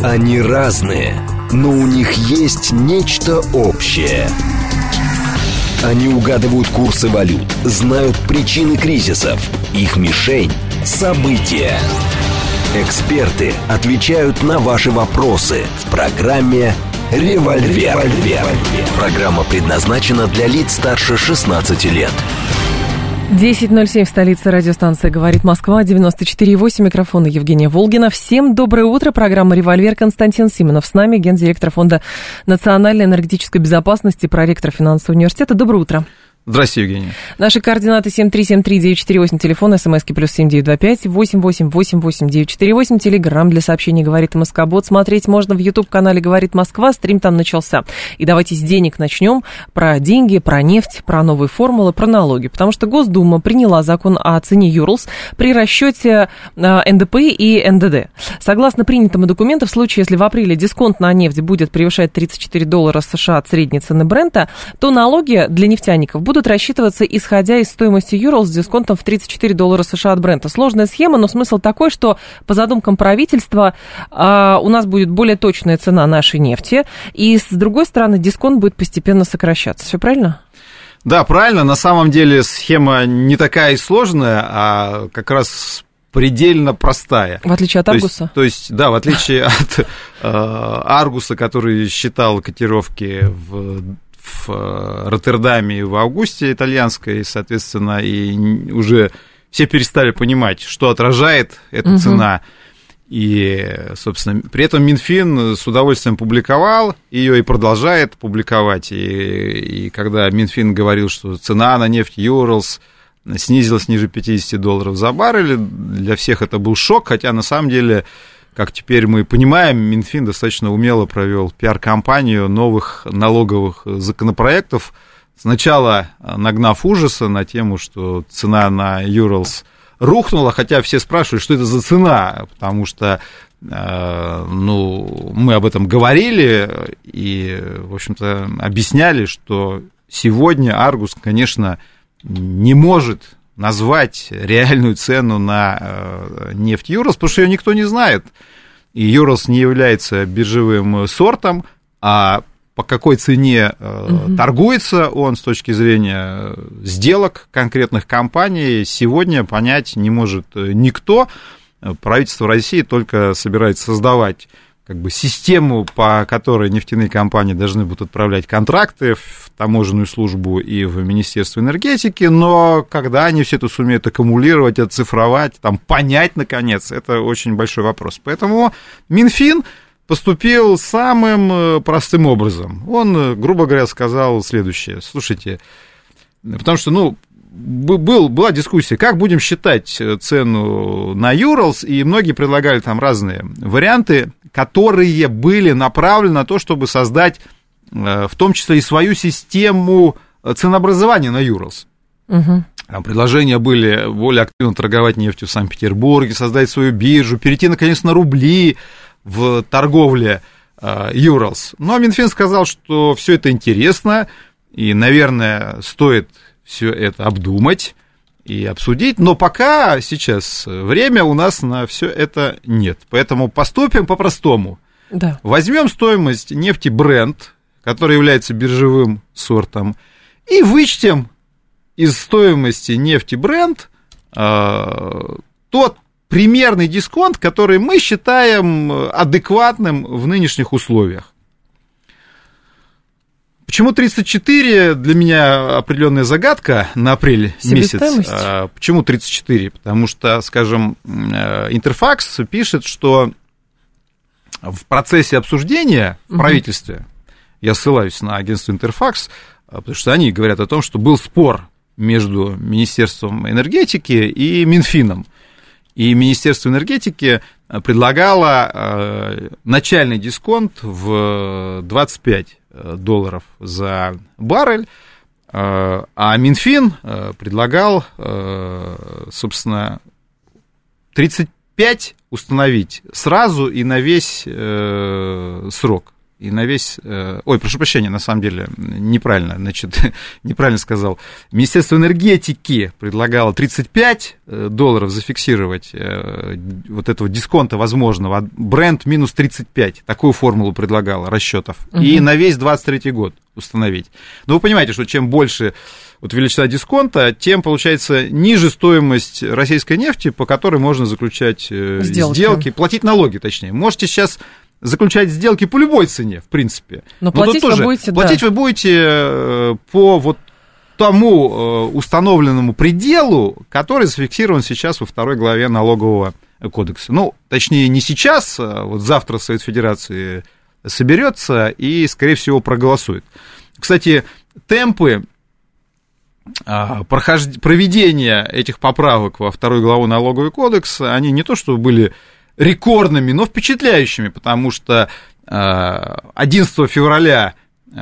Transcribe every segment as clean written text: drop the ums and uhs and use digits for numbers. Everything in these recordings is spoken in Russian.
Они разные, но у них есть нечто общее. Они угадывают курсы валют, знают причины кризисов. Их мишень – события. Эксперты отвечают на ваши вопросы в программе «Револьвер». Программа предназначена для лиц старше 16 лет. 10:07 в столице. Радиостанция «Говорит Москва», 94,8. Микрофона Евгения Волгина. Всем доброе утро. Программа «Револьвер». Константин Симонов с нами, гендиректор Фонда национальной энергетической безопасности, проректор финансового университета. Доброе утро. Здравствуйте, Евгения. Наши координаты 7373948, телефон, смски +7 925 8888 948, телеграм для сообщений «Говорит Москва-бот». Смотреть можно в YouTube-канале «Говорит Москва», стрим там начался. И давайте с денег начнем. Про деньги, про нефть, про новые формулы, про налоги. Потому что Госдума приняла закон о цене Юрлс при расчете НДП и НДД. Согласно принятому документу, в случае, если в апреле дисконт на нефть будет превышать $34 США от средней цены Брента, то налоги для нефтяников будут рассчитываться, исходя из стоимости Юрлс с дисконтом в $34 США от Брента. Сложная схема, но смысл такой, что по задумкам правительства у нас будет более точная цена нашей нефти, и с другой стороны дисконт будет постепенно сокращаться. Все правильно? Да, правильно. На самом деле схема не такая и сложная, а как раз предельно простая. В отличие от Аргуса? То есть, да, в отличие от Аргуса, который считал котировки в Роттердаме в августе итальянской, соответственно, и уже все перестали понимать, что отражает эта цена. И, собственно, при этом Минфин с удовольствием публиковал ее и продолжает публиковать. И когда Минфин говорил, что цена на нефть Юрлс снизилась ниже $50 за баррель, для всех это был шок, хотя на самом деле, как теперь мы понимаем, Минфин достаточно умело провел пиар-кампанию новых налоговых законопроектов, сначала нагнав ужаса на тему, что цена на Юрлс рухнула, хотя все спрашивают, что это за цена, потому что мы об этом говорили и, в общем-то, объясняли, что сегодня Аргус, конечно, не может назвать реальную цену на нефть Юрлс, потому что ее никто не знает. И Юрлс не является биржевым сортом, а по какой цене торгуется он с точки зрения сделок конкретных компаний, сегодня понять не может никто. Правительство России только собирается создавать систему, по которой нефтяные компании должны будут отправлять контракты в таможенную службу и в Министерство энергетики, но когда они все это сумеют аккумулировать, оцифровать, понять, наконец, это очень большой вопрос. Поэтому Минфин поступил самым простым образом. Он, грубо говоря, сказал следующее. Слушайте, потому что, была дискуссия, как будем считать цену на Юрлс, и многие предлагали там разные варианты, которые были направлены на то, чтобы создать в том числе и свою систему ценообразования на Юрлс. Там предложения были более активно торговать нефтью в Санкт-Петербурге, создать свою биржу, перейти, наконец, на рубли в торговле Юрлс. Но Минфин сказал, что все это интересно, и, наверное, стоит все это обдумать и обсудить, но пока сейчас время у нас на все это нет. Поэтому поступим по-простому. Да. Возьмем стоимость нефти Brent, которая является биржевым сортом, и вычтем из стоимости нефти Brent тот примерный дисконт, который мы считаем адекватным в нынешних условиях. Почему 34? Для меня определенная загадка на апрель месяц. Почему 34? Потому что, скажем, Интерфакс пишет, что в процессе обсуждения в правительстве, я ссылаюсь на агентство Интерфакс, потому что они говорят о том, что был спор между Министерством энергетики и Минфином. И Министерство энергетики предлагало начальный дисконт в $25 за баррель, а Минфин предлагал, собственно, 35 установить сразу и на весь срок. и на весь... Ой, прошу прощения, на самом деле, неправильно, значит, неправильно сказал. Министерство энергетики предлагало $35 зафиксировать вот этого дисконта возможного, а Brent минус 35. Такую формулу предлагало расчетов. И на весь 23 год установить. Но вы понимаете, что чем больше вот величина дисконта, тем, получается, ниже стоимость российской нефти, по которой можно заключать сделки, платить налоги, точнее. Можете сейчас заключать сделки по любой цене, в принципе. Но платить вы будете, платить вы будете по вот тому установленному пределу, который зафиксирован сейчас во 2 главе налогового кодекса. Ну, точнее, не сейчас, а вот завтра Совет Федерации соберется и, скорее всего, проголосует. Кстати, темпы проведения этих поправок во 2 главу налоговый кодекс, они не то что были рекордными, но впечатляющими, потому что 11 февраля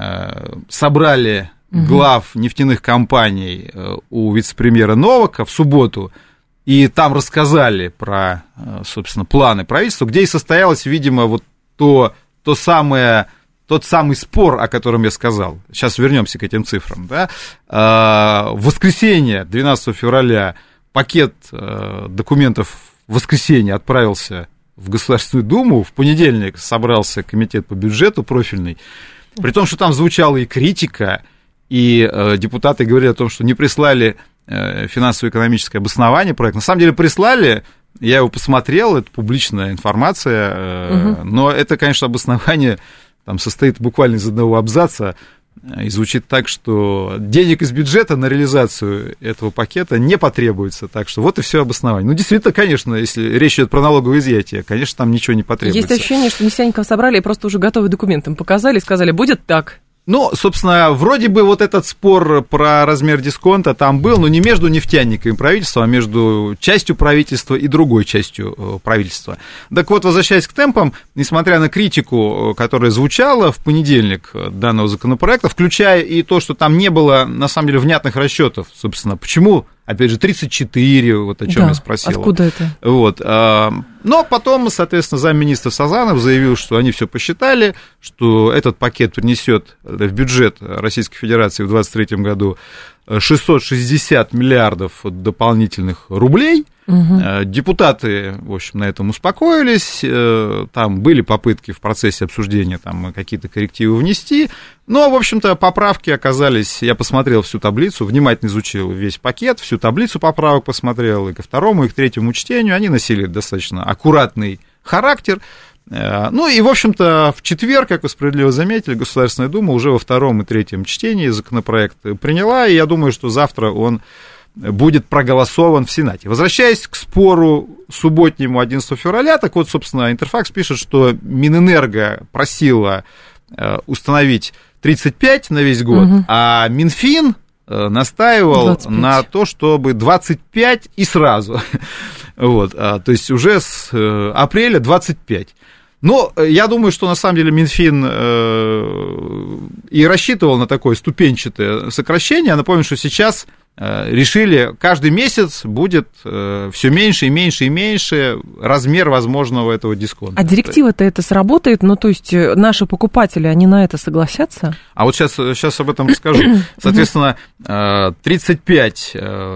собрали глав нефтяных компаний у вице-премьера Новака в субботу, и там рассказали про, собственно, планы правительства, где и состоялось, видимо, вот тот самый спор, о котором я сказал. Сейчас вернемся к этим цифрам. Да? В воскресенье, 12 февраля, пакет документов в воскресенье отправился в Государственную Думу, в понедельник собрался комитет по бюджету профильный, при том, что там звучала и критика, и депутаты говорили о том, что не прислали финансово-экономическое обоснование проекта. На самом деле прислали, я его посмотрел, это публичная информация, но это, конечно, обоснование там состоит буквально из одного абзаца и звучит так, что денег из бюджета на реализацию этого пакета не потребуется. Так что вот и все обоснование. Ну, действительно, конечно, если речь идет про налоговое изъятие, конечно, там ничего не потребуется. Есть ощущение, что нефтяников собрали и просто уже готовый документ им показали и сказали, будет так. Ну, собственно, вроде бы вот этот спор про размер дисконта там был, но не между нефтяниками правительства, а между частью правительства и другой частью правительства. Так вот, возвращаясь к темпам, несмотря на критику, которая звучала в понедельник данного законопроекта, включая и то, что там не было, на самом деле, внятных расчетов, собственно, почему, опять же, 34, вот о чем я спросил. Откуда это? Вот. Но потом, соответственно, замминистра Сазанов заявил, что они все посчитали, что этот пакет принесет в бюджет Российской Федерации в 2023 году 660 миллиардов дополнительных рублей. Депутаты, в общем, на этом успокоились, там были попытки в процессе обсуждения там какие-то коррективы внести, но, в общем-то, поправки оказались, я посмотрел всю таблицу, внимательно изучил весь пакет, всю таблицу поправок посмотрел, и ко второму, и к третьему чтению, они носили достаточно аккуратный характер. Ну и, в общем-то, в четверг, как вы справедливо заметили, Государственная Дума уже во 2 и 3 чтении законопроект приняла, и я думаю, что завтра он будет проголосован в Сенате. Возвращаясь к спору субботнему 11 февраля, так вот, собственно, Интерфакс пишет, что Минэнерго просила установить 35 на весь год, а Минфин настаивал 25. На то, чтобы 25 и сразу. Вот, то есть уже с апреля 25. Но я думаю, что на самом деле Минфин и рассчитывал на такое ступенчатое сокращение. Я напомню, что сейчас решили, каждый месяц будет все меньше и меньше и меньше размер возможного этого дисконта. А директива-то это сработает? Ну, то есть наши покупатели, они на это согласятся? А вот сейчас об этом расскажу. Соответственно, 35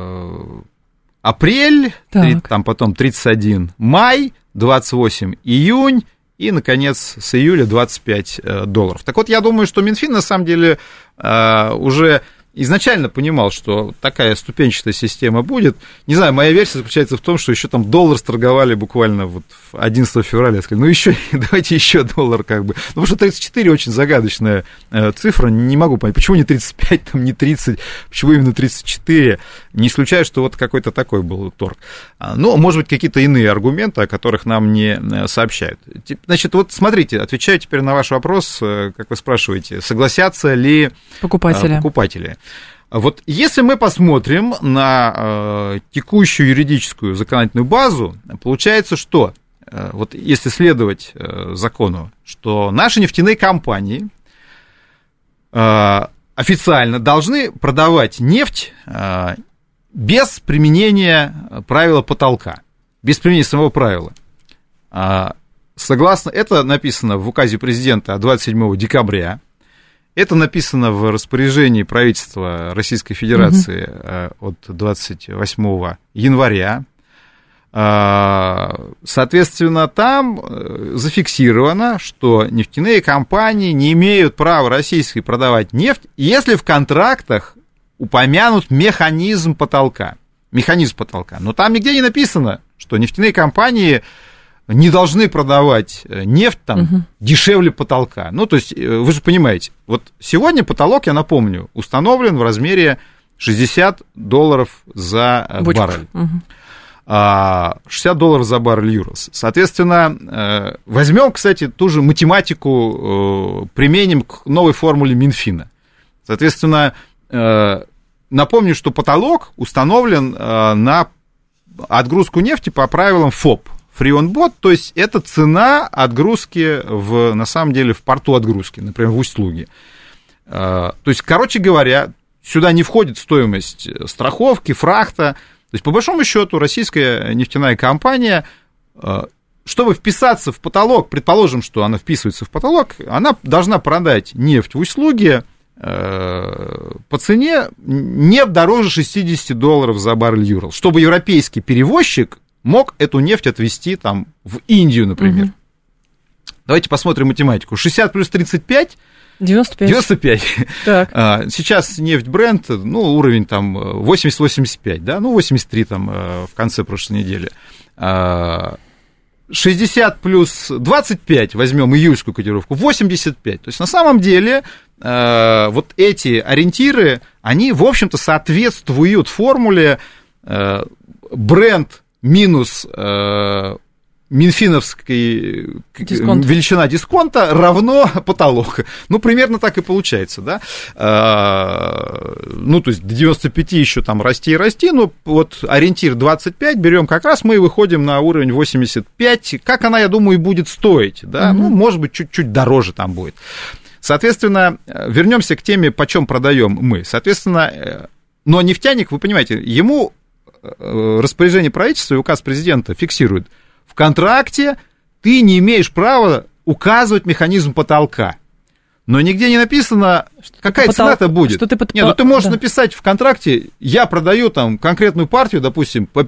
апрель, там потом 31 май, 28 июнь, и, наконец, с июля $25. Так вот, я думаю, что Минфин, на самом деле, уже изначально понимал, что такая ступенчатая система будет. Не знаю, моя версия заключается в том, что еще там доллар сторговали буквально вот 11 февраля. Сказали, ну еще, давайте еще доллар как бы. Ну, потому что 34 очень загадочная цифра, не могу понять, почему не 35, там, не 30, почему именно 34. Не исключаю, что вот какой-то такой был торг. Но, может быть, какие-то иные аргументы, о которых нам не сообщают. Значит, вот смотрите, отвечаю теперь на ваш вопрос, как вы спрашиваете, согласятся ли покупатели. Вот если мы посмотрим на текущую юридическую законодательную базу, получается, что, вот если следовать закону, что наши нефтяные компании официально должны продавать нефть без применения правила потолка, без применения самого правила. Согласно, это написано в указе президента 27 декабря, это написано в распоряжении правительства Российской Федерации от 28 января. Соответственно, там зафиксировано, что нефтяные компании не имеют права российской продавать нефть, если в контрактах упомянут механизм потолка. Механизм потолка. Но там нигде не написано, что нефтяные компании не должны продавать нефть там дешевле потолка. Ну, то есть, вы же понимаете, вот сегодня потолок, я напомню, установлен в размере $60 за баррель. $60 за баррель Юрос. Соответственно, возьмем, кстати, ту же математику, применим к новой формуле Минфина. Соответственно, напомню, что потолок установлен на отгрузку нефти по правилам ФОП. Free on board, то есть это цена отгрузки на самом деле в порту отгрузки, например, в Усть-Луге. То есть, короче говоря, сюда не входит стоимость страховки, фрахта. То есть, по большому счету, российская нефтяная компания, чтобы вписаться в потолок, предположим, что она вписывается в потолок, она должна продать нефть в Усть-Луге по цене не дороже $60 за баррель Юрал, чтобы европейский перевозчик мог эту нефть отвезти там в Индию, например. Давайте посмотрим математику. 60 плюс 35... 95. Так. Сейчас нефть Brent, ну, уровень там 80-85, да, ну, 83 там в конце прошлой недели. 60 плюс 25, возьмем июльскую котировку, 85. То есть, на самом деле, вот эти ориентиры, они, в общем-то, соответствуют формуле Brent минус минфиновская величина дисконта равно потолок. Ну, примерно так и получается, да. Ну, то есть до 95 еще там расти и расти, но вот ориентир 25 берем как раз, мы выходим на уровень 85. Как она, я думаю, и будет стоить, да, ну, может быть, чуть-чуть дороже там будет. Соответственно, вернемся к теме, почем продаем мы. Соответственно, но нефтяник, вы понимаете, ему распоряжение правительства и указ президента фиксирует: в контракте ты не имеешь права указывать механизм потолка. Но нигде не написано, какая цена-то будет. Нет, ну ты можешь написать в контракте: я продаю там конкретную партию, допустим, по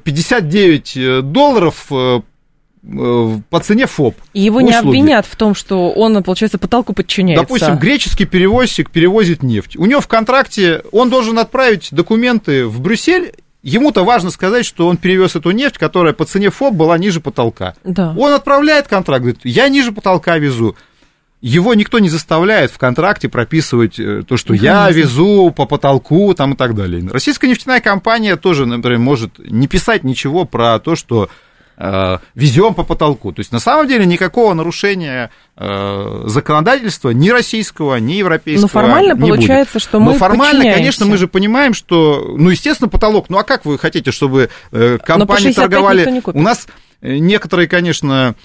$59 по цене ФОП. И его не обвинят в том, что он, получается, потолку подчиняется. Допустим, греческий перевозчик перевозит нефть. У него в контракте он должен отправить документы в Брюссель. Ему-то важно сказать, что он перевез эту нефть, которая по цене ФОП была ниже потолка. Да. Он отправляет контракт, говорит: я ниже потолка везу. Его никто не заставляет в контракте прописывать то, что я везу по потолку там, и так далее. Российская нефтяная компания тоже, например, может не писать ничего про то, что везем по потолку. То есть, на самом деле, никакого нарушения законодательства ни российского, ни европейского но формально не получается, будет. что мы Но формально, конечно, мы же понимаем, что, ну, естественно, потолок. Ну, а как вы хотите, чтобы компании торговали? У нас некоторые, конечно,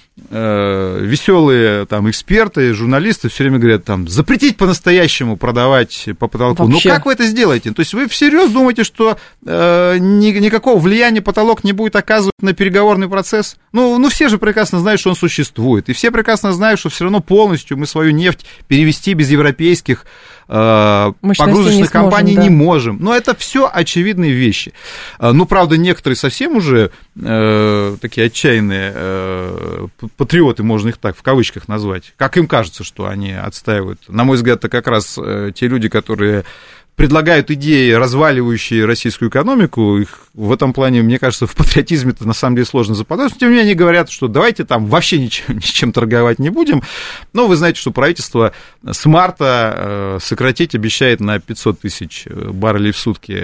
веселые там эксперты, журналисты все время говорят: там, запретить по-настоящему продавать по потолку. Вообще. Ну, как вы это сделаете? То есть вы всерьез думаете, что никакого влияния потолок не будет оказывать на переговорный процесс? Ну, все же прекрасно знают, что он существует. И все прекрасно знают, что все равно полностью мы свою нефть перевести без европейских погрузочных компаний не можем. Но это все очевидные вещи. Ну, правда, некоторые совсем уже такие отчаянные патриоты, можно их так в кавычках назвать, как им кажется, что они отстаивают. На мой взгляд, это как раз те люди, которые предлагают идеи, разваливающие российскую экономику. Их в этом плане, мне кажется, в патриотизме-то на самом деле сложно заподозрить. Тем не менее, они говорят, что давайте там вообще ничем торговать не будем. Но вы знаете, что правительство с марта сократить обещает на 500 тысяч баррелей в сутки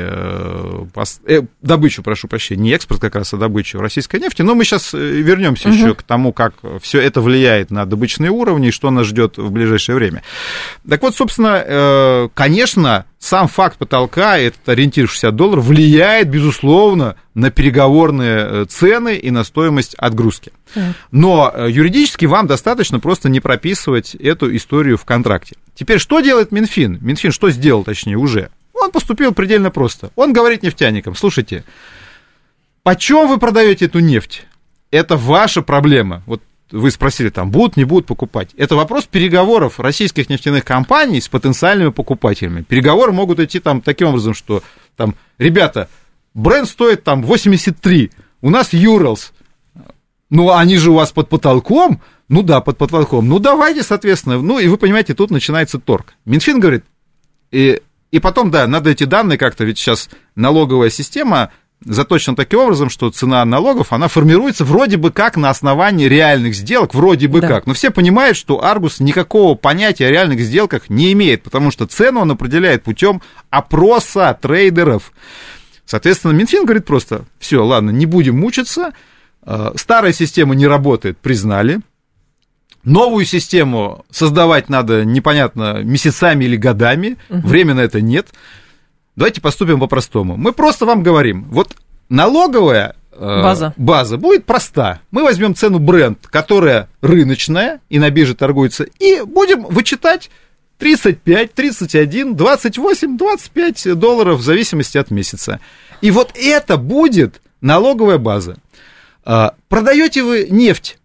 добычу, прошу прощения, не экспорт как раз, а добычу российской нефти. Но мы сейчас вернемся еще к тому, как все это влияет на добычные уровни и что нас ждет в ближайшее время. Так вот, собственно, конечно, сам факт потолка, этот ориентир $60, влияет, безусловно, на переговорные цены и на стоимость отгрузки. Но юридически вам достаточно просто не прописывать эту историю в контракте. Теперь, что делает Минфин? Минфин что сделал, точнее, уже? Он поступил предельно просто. Он говорит нефтяникам: слушайте, почем вы продаете эту нефть? Это ваша проблема. Вот вы спросили, там, будут, не будут покупать. Это вопрос переговоров российских нефтяных компаний с потенциальными покупателями. Переговоры могут идти там таким образом, что, там, ребята, Brent стоит там 83, у нас Urals, ну, они же у вас под потолком, ну да, под потолком, ну давайте, соответственно, ну, и вы понимаете, тут начинается торг. Минфин говорит, и потом, да, надо эти данные как-то, ведь сейчас налоговая система заточена таким образом, что цена налогов, она формируется вроде бы как на основании реальных сделок, вроде бы как. Но все понимают, что Аргус никакого понятия о реальных сделках не имеет, потому что цену он определяет путем опроса трейдеров. Соответственно, Минфин говорит просто, все, ладно, не будем мучиться, старая система не работает, признали. Новую систему создавать надо, непонятно, месяцами или годами, времени на это нет. Давайте поступим по-простому. Мы просто вам говорим, вот налоговая база будет проста. Мы возьмем цену Brent, которая рыночная и на бирже торгуется, и будем вычитать 35, 31, 28, 25 долларов в зависимости от месяца. И вот это будет налоговая база. Продаете вы нефть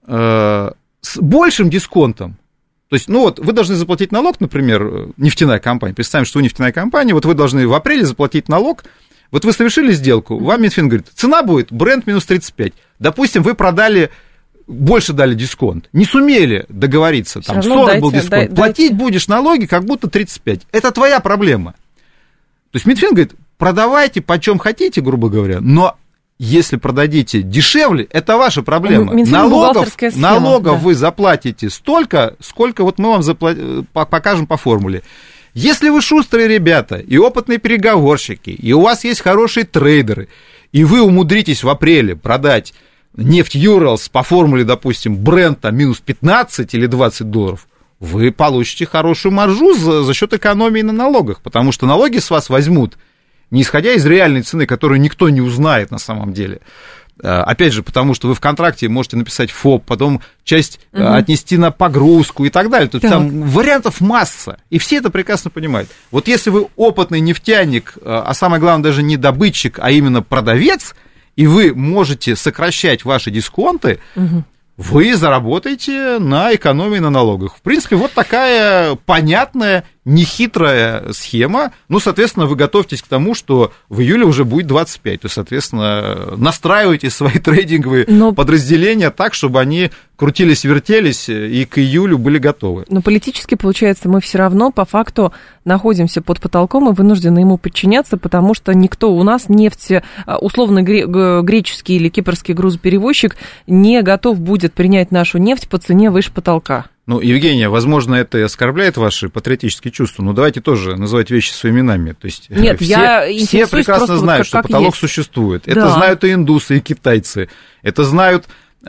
с большим дисконтом, то есть, ну вот, вы должны заплатить налог, например, нефтяная компания, представим, что вы нефтяная компания, вот вы должны в апреле заплатить налог, вот вы совершили сделку, вам Минфин говорит, цена будет Brent минус 35, допустим, вы продали, больше дали дисконт, не сумели договориться, там 40 был дисконт, платить будешь налоги, как будто 35, это твоя проблема. То есть Минфин говорит, продавайте почем хотите, грубо говоря, но если продадите дешевле, это ваша проблема. Налогов вы заплатите столько, сколько вот мы вам покажем по формуле. Если вы шустрые ребята и опытные переговорщики, и у вас есть хорошие трейдеры, и вы умудритесь в апреле продать нефть Urals по формуле, допустим, Brent минус 15 или 20 долларов, вы получите хорошую маржу за счет экономии на налогах, потому что налоги с вас возьмут не исходя из реальной цены, которую никто не узнает на самом деле. Опять же, потому что вы в контракте можете написать ФОП, потом часть отнести на погрузку и так далее. То есть там вариантов масса, и все это прекрасно понимают. Вот если вы опытный нефтяник, а самое главное даже не добытчик, а именно продавец, и вы можете сокращать ваши дисконты, вы заработаете на экономии на налогах. В принципе, вот такая понятная, нехитрая схема. Ну, соответственно, вы готовьтесь к тому, что в июле уже будет 25. То есть, соответственно, настраивайте свои трейдинговые подразделения так, чтобы они крутились-вертелись и к июлю были готовы. Но политически, получается, мы все равно по факту находимся под потолком и вынуждены ему подчиняться, потому что никто у нас нефть, условно греческий или кипрский грузоперевозчик не готов будет принять нашу нефть по цене выше потолка. Ну, Евгения, возможно, это и оскорбляет ваши патриотические чувства, но давайте тоже называть вещи своими именами. То есть нет, все прекрасно знают, что потолок существует. Да. Это знают и индусы, и китайцы. Это знают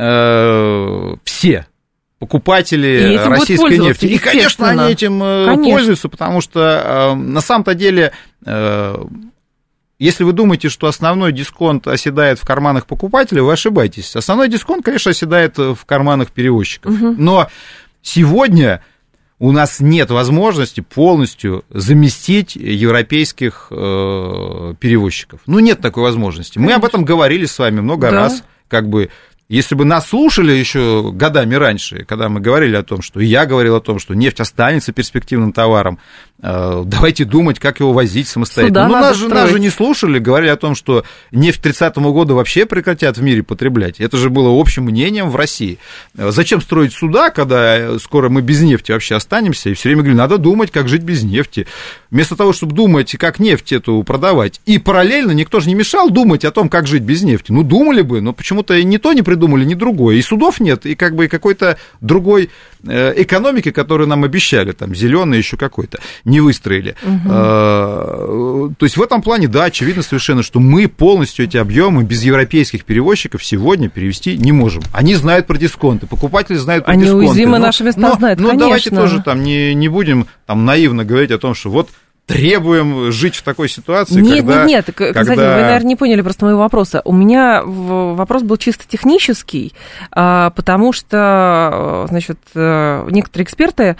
все покупатели российской нефти. И, конечно, они этим пользуются, потому что на самом-то деле... Если вы думаете, что основной дисконт оседает в карманах покупателей, вы ошибаетесь. Основной дисконт, конечно, оседает в карманах перевозчиков. Но сегодня у нас нет возможности полностью заместить европейских перевозчиков. Ну, нет такой возможности. Мы об этом говорили с вами много раз, как бы... Если бы нас слушали еще годами раньше, когда мы говорили о том, что и я говорил о том, что нефть останется перспективным товаром, давайте думать, как его возить самостоятельно. Но нас же не слушали, говорили о том, что нефть к 30-му году вообще прекратят в мире потреблять. Это же было общим мнением в России. Зачем строить суда, когда скоро мы без нефти вообще останемся? И все время говорили, надо думать, как жить без нефти. Вместо того, чтобы думать, как нефть эту продавать. И параллельно никто же не мешал думать о том, как жить без нефти. Ну, думали бы, но почему-то ни то не придумали, ни другое. И судов нет, и как бы какой-то другой экономики, которую нам обещали, там, зеленый еще какой-то, не выстроили. То есть в этом плане, да, очевидно совершенно, что мы полностью эти объемы без европейских перевозчиков сегодня перевести не можем. Они знают про дисконты, покупатели знают про дисконты. Они уязвимы, наши места знают, конечно. Давайте тоже там не будем там наивно говорить о том, что вот требуем жить в такой ситуации, Нет, когда... Константин, вы, наверное, не поняли просто моего вопроса. У меня вопрос был чисто технический, потому что, значит, некоторые эксперты,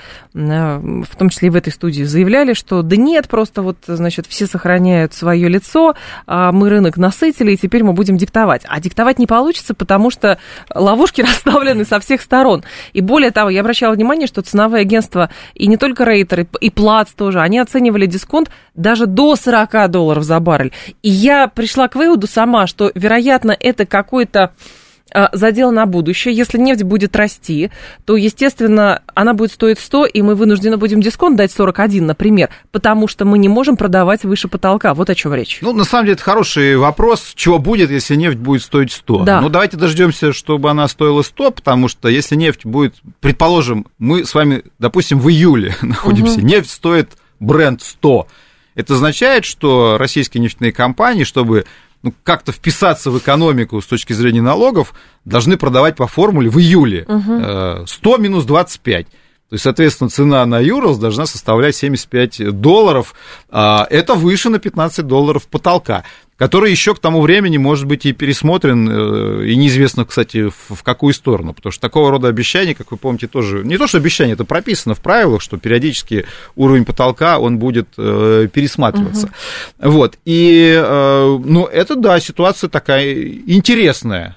в том числе и в этой студии, заявляли, что да нет, просто вот, значит, все сохраняют свое лицо, мы рынок насытили, и теперь мы будем диктовать. А диктовать не получится, потому что ловушки расставлены со всех сторон. И более того, я обращала внимание, что ценовые агентства, и не только Рейтер, и Плац тоже, они оценивали дисконт даже до $40 за баррель. И я пришла к выводу сама, что, вероятно, это какой-то задел на будущее. Если нефть будет расти, то, естественно, она будет стоить 100, и мы вынуждены будем дисконт дать 41, например, потому что мы не можем продавать выше потолка. Вот о чем речь. Ну, на самом деле, это хороший вопрос. Чего будет, если нефть будет стоить 100? Да. Ну, давайте дождемся, чтобы она стоила 100, потому что если нефть будет, предположим, мы с вами, допустим, в июле находимся, нефть стоит Brent 100. Это означает, что российские нефтяные компании, чтобы как-то вписаться в экономику с точки зрения налогов, должны продавать по формуле в июле 100 минус 25. То есть, соответственно, цена на Urals должна составлять $75. Это выше на $15 потолка, который еще к тому времени может быть и пересмотрен, и неизвестно, кстати, в какую сторону, потому что такого рода обещания, как вы помните, тоже, не то что обещание, это прописано в правилах, что периодически уровень потолка, он будет пересматриваться. Вот, и, ну, это, да, ситуация такая интересная,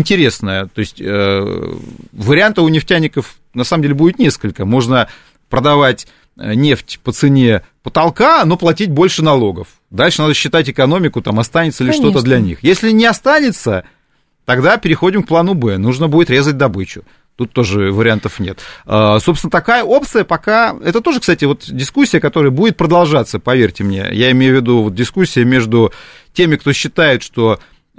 то есть вариантов у нефтяников, на самом деле, будет несколько, можно продавать нефть по цене потолка, но платить больше налогов. Дальше надо считать экономику, там останется ли что-то для них. Если не останется, тогда переходим к плану Б. Нужно будет резать добычу. Тут тоже вариантов нет. Собственно, такая опция пока... Это тоже, кстати, вот дискуссия, которая будет продолжаться, поверьте мне. Я имею в виду вот дискуссия между теми, кто считает, что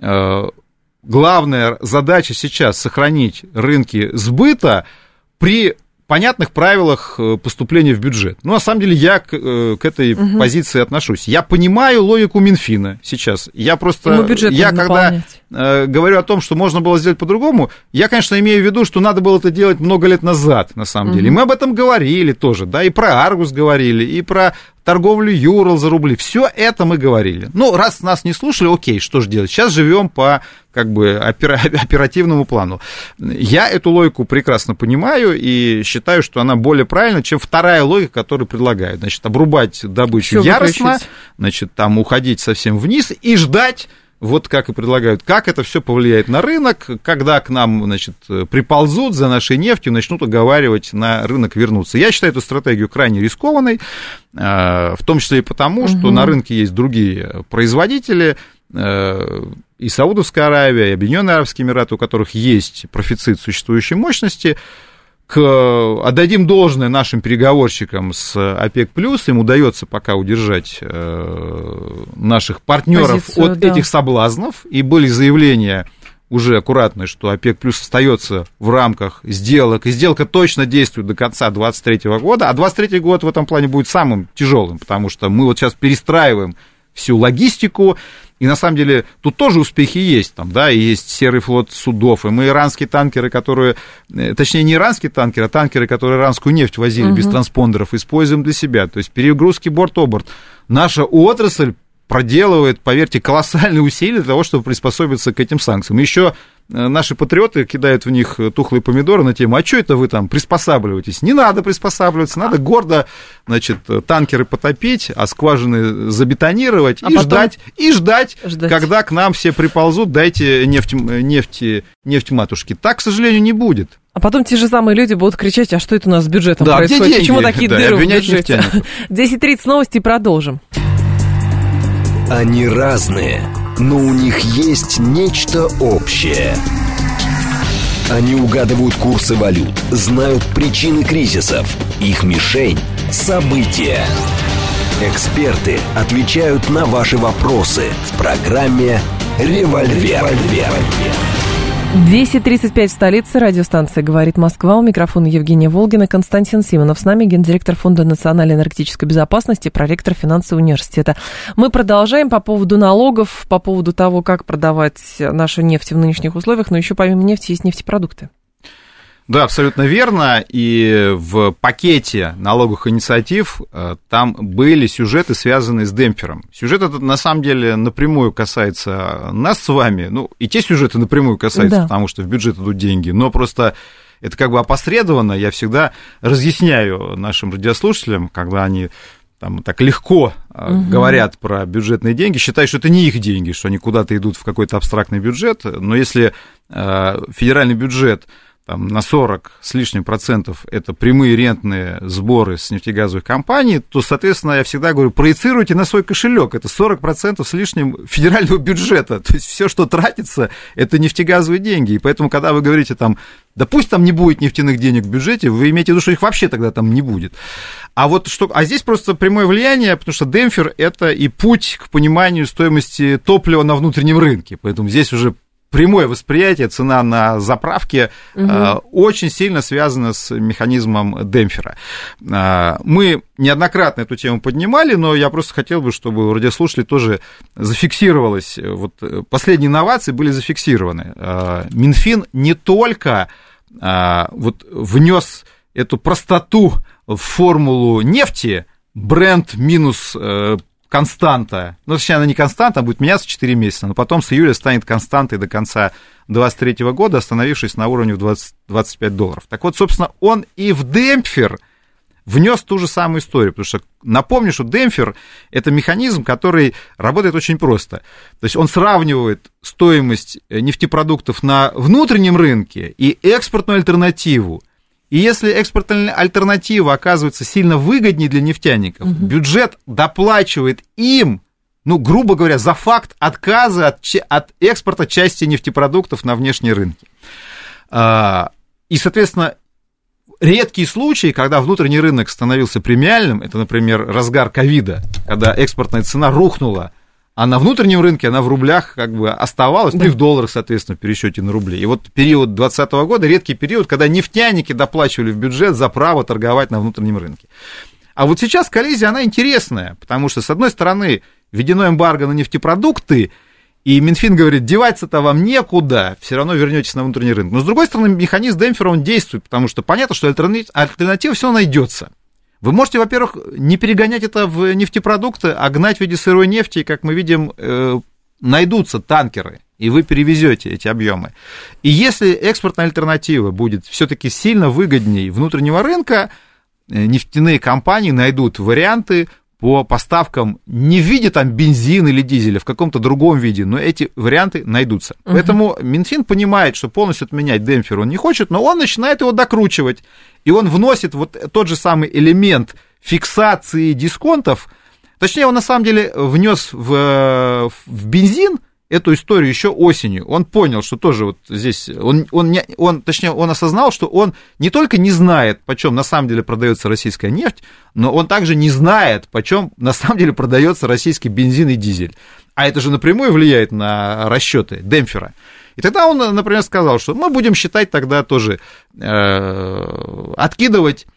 главная задача сейчас сохранить рынки сбыта при понятных правилах поступления в бюджет. Ну, на самом деле, я к этой позиции отношусь. Я понимаю логику Минфина сейчас. Я просто... когда говорю о том, что можно было сделать по-другому, я, конечно, имею в виду, что надо было это делать много лет назад, на самом деле. И мы об этом говорили тоже, да, и про Аргус говорили, и про торговлю Юрал за рубли. Все это мы говорили. Ну, раз нас не слушали, окей, что же делать? Сейчас живем по, как бы, оперативному плану. Я эту логику прекрасно понимаю и считаю, что она более правильна, чем вторая логика, которую предлагают. Значит, обрубать добычу яростно, значит, там уходить совсем вниз и ждать, вот как и предлагают, как это все повлияет на рынок, когда к нам, значит, приползут за нашей нефтью, начнут уговаривать на рынок вернуться. Я считаю эту стратегию крайне рискованной, в том числе и потому, что на рынке есть другие производители, и Саудовская Аравия, и Объединенные Арабские Эмираты, у которых есть профицит существующей мощности. Отдадим должное нашим переговорщикам с ОПЕК+, им удается пока удержать наших партнеров от этих соблазнов, и были заявления уже аккуратные, что ОПЕК+ остается в рамках сделок, и сделка точно действует до конца 2023 года, а 2023 год в этом плане будет самым тяжелым, потому что мы вот сейчас перестраиваем всю логистику, и на самом деле тут тоже успехи есть, там, да, и есть серый флот судов, и мы иранские танкеры, которые, точнее, не иранские танкеры, а танкеры, которые иранскую нефть возили без транспондеров, используем для себя, то есть перегрузки борт-оборт. Наша отрасль проделывает, поверьте, колоссальные усилия для того, чтобы приспособиться к этим санкциям. Еще наши патриоты кидают в них тухлые помидоры на тему, а что это вы там приспосабливаетесь? Не надо приспосабливаться, надо гордо, значит, танкеры потопить, а скважины забетонировать и ждать, когда к нам все приползут, дайте нефть матушки. Так, к сожалению, не будет. А потом те же самые люди будут кричать, а что это у нас с бюджетом происходит? Где деньги? Почему такие дыры в бюджете? 10:30 новости, продолжим. Они разные, но у них есть нечто общее. Они угадывают курсы валют, знают причины кризисов. Их мишень – события. Эксперты отвечают на ваши вопросы в программе «Револьвер». 10:35 в столице. Радиостанция «Говорит Москва». У микрофона Евгения Волгина. Константин Симонов с нами, гендиректор Фонда национальной энергетической безопасности, проректор финансового университета. Мы продолжаем по поводу налогов, по поводу того, как продавать нашу нефть в нынешних условиях, но еще помимо нефти есть нефтепродукты. Да, абсолютно верно. И в пакете налоговых инициатив там были сюжеты, связанные с демпфером. Сюжет этот, на самом деле, напрямую касается нас с вами. Ну, и те сюжеты напрямую касаются, потому что в бюджет идут деньги. Но просто это как бы опосредованно. Я всегда разъясняю нашим радиослушателям, когда они там так легко говорят про бюджетные деньги, считают, что это не их деньги, что они куда-то идут в какой-то абстрактный бюджет. Но если федеральный бюджет там, на 40 с лишним процентов это прямые рентные сборы с нефтегазовых компаний, то, соответственно, я всегда говорю, проецируйте на свой кошелек, это 40% с лишним федерального бюджета, то есть все, что тратится, это нефтегазовые деньги, и поэтому, когда вы говорите там, да пусть там не будет нефтяных денег в бюджете, вы имеете в виду, что их вообще тогда там не будет. А здесь просто прямое влияние, потому что демпфер это и путь к пониманию стоимости топлива на внутреннем рынке, поэтому здесь уже прямое восприятие, цена на заправке очень сильно связана с механизмом демпфера. Мы неоднократно эту тему поднимали, но я просто хотел бы, чтобы у радиослушателей тоже зафиксировалось, вот последние инновации были зафиксированы. Минфин не только вот внес эту простоту в формулу нефти, бренд минус константа, ну, точнее, она не константа, а будет меняться 4 месяца, но потом с июля станет константой до конца 2023 года, остановившись на уровне в $25. Так вот, собственно, он и в демпфер внес ту же самую историю, потому что напомню, что демпфер – это механизм, который работает очень просто. То есть он сравнивает стоимость нефтепродуктов на внутреннем рынке и экспортную альтернативу. И если экспортная альтернатива оказывается сильно выгоднее для нефтяников, бюджет доплачивает им, ну, грубо говоря, за факт отказа от экспорта части нефтепродуктов на внешние рынки. И, соответственно, редкие случаи, когда внутренний рынок становился премиальным, это, например, разгар ковида, когда экспортная цена рухнула, а на внутреннем рынке она в рублях как бы оставалась, ну и в долларах, соответственно, в пересчете на рубли. И вот период 2020 года, редкий период, когда нефтяники доплачивали в бюджет за право торговать на внутреннем рынке. А вот сейчас коллизия, она интересная, потому что, с одной стороны, введено эмбарго на нефтепродукты, и Минфин говорит, деваться-то вам некуда, все равно вернетесь на внутренний рынок. Но, с другой стороны, механизм демпфера, он действует, потому что понятно, что альтернатива все найдется. Вы можете, во-первых, не перегонять это в нефтепродукты, а гнать в виде сырой нефти, и, как мы видим, найдутся танкеры, и вы перевезете эти объемы. И если экспортная альтернатива будет все-таки сильно выгоднее внутреннего рынка, нефтяные компании найдут варианты по поставкам не в виде там бензина или дизеля, в каком-то другом виде, но эти варианты найдутся. Поэтому Минфин понимает, что полностью отменять демпфер он не хочет, но он начинает его докручивать, и он вносит вот тот же самый элемент фиксации дисконтов, точнее, он на самом деле внес в бензин эту историю еще осенью. Он понял, что тоже вот здесь, он осознал, что он не только не знает, почем на самом деле продается российская нефть, но он также не знает, почем на самом деле продается российский бензин и дизель. А это же напрямую влияет на расчеты демпфера. И тогда он, например, сказал, что мы будем считать тогда тоже, откидывать,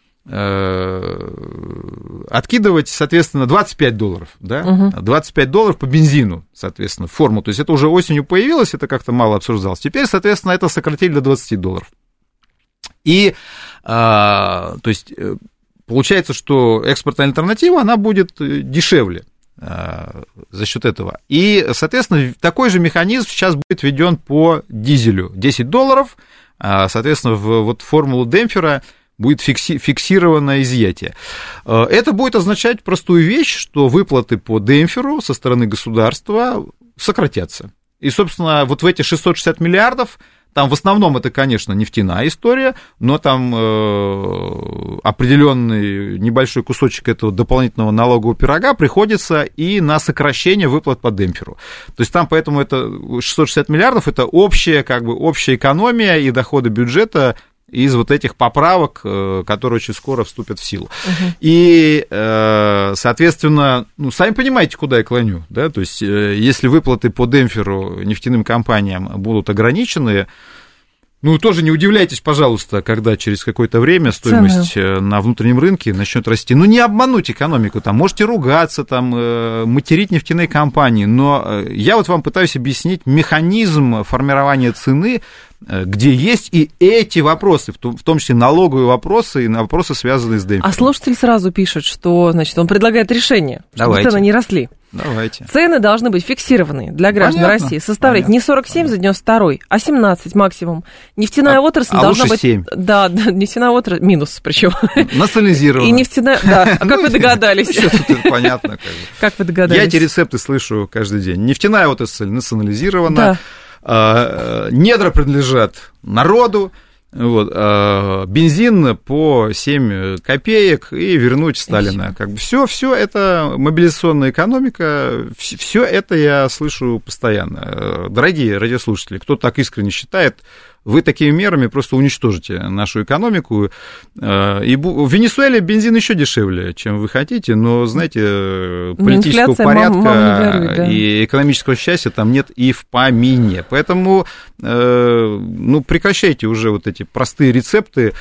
соответственно, $25, да? $25 по бензину, соответственно, в форму. То есть это уже осенью появилось, это как-то мало обсуждалось. Теперь, соответственно, это сократили до $20. И, то есть, получается, что экспортная альтернатива, она будет дешевле за счет этого. И, соответственно, такой же механизм сейчас будет введен по дизелю. $10, соответственно, в формулу демпфера будет фиксировано изъятие. Это будет означать простую вещь, что выплаты по демпферу со стороны государства сократятся. И, собственно, вот в эти 660 миллиардов, там в основном это, конечно, нефтяная история, но там определенный небольшой кусочек этого дополнительного налогового пирога приходится и на сокращение выплат по демпферу. То есть там поэтому это 660 миллиардов, это общая, как бы, общая экономия и доходы бюджета из вот этих поправок, которые очень скоро вступят в силу. И, соответственно, ну, сами понимаете, куда я клоню, да, то есть, если выплаты по демпферу нефтяным компаниям будут ограничены, Ну, тоже не удивляйтесь, пожалуйста, когда через какое-то время стоимость на внутреннем рынке начнет расти. Ну, не обмануть экономику, там, можете ругаться, там, материть нефтяные компании, но я вот вам пытаюсь объяснить механизм формирования цены, где есть и эти вопросы, в том числе налоговые вопросы и вопросы, связанные с демпингом. А слушатель сразу пишет, что, значит, он предлагает решение, чтобы цены не росли. Давайте. Цены должны быть фиксированные для граждан России, составлять не 47 за 92, а 17 максимум. Нефтяная отрасль должна быть... 7. Да, нефтяная отрасль, минус причем. Национализирована. И нефтяная... Да, а как вы догадались? Понятно. Как вы догадались? Я эти рецепты слышу каждый день. Нефтяная отрасль национализирована, недра принадлежат народу, вот, бензин по 7 копеек и вернуть Сталина. Как бы все это мобилизационная экономика, все это я слышу постоянно. Дорогие радиослушатели, кто так искренне считает, вы такими мерами просто уничтожите нашу экономику. И в Венесуэле бензин еще дешевле, чем вы хотите, но, знаете, политического порядка и экономического счастья там нет и в помине. Поэтому, прекращайте уже вот эти простые рецепты,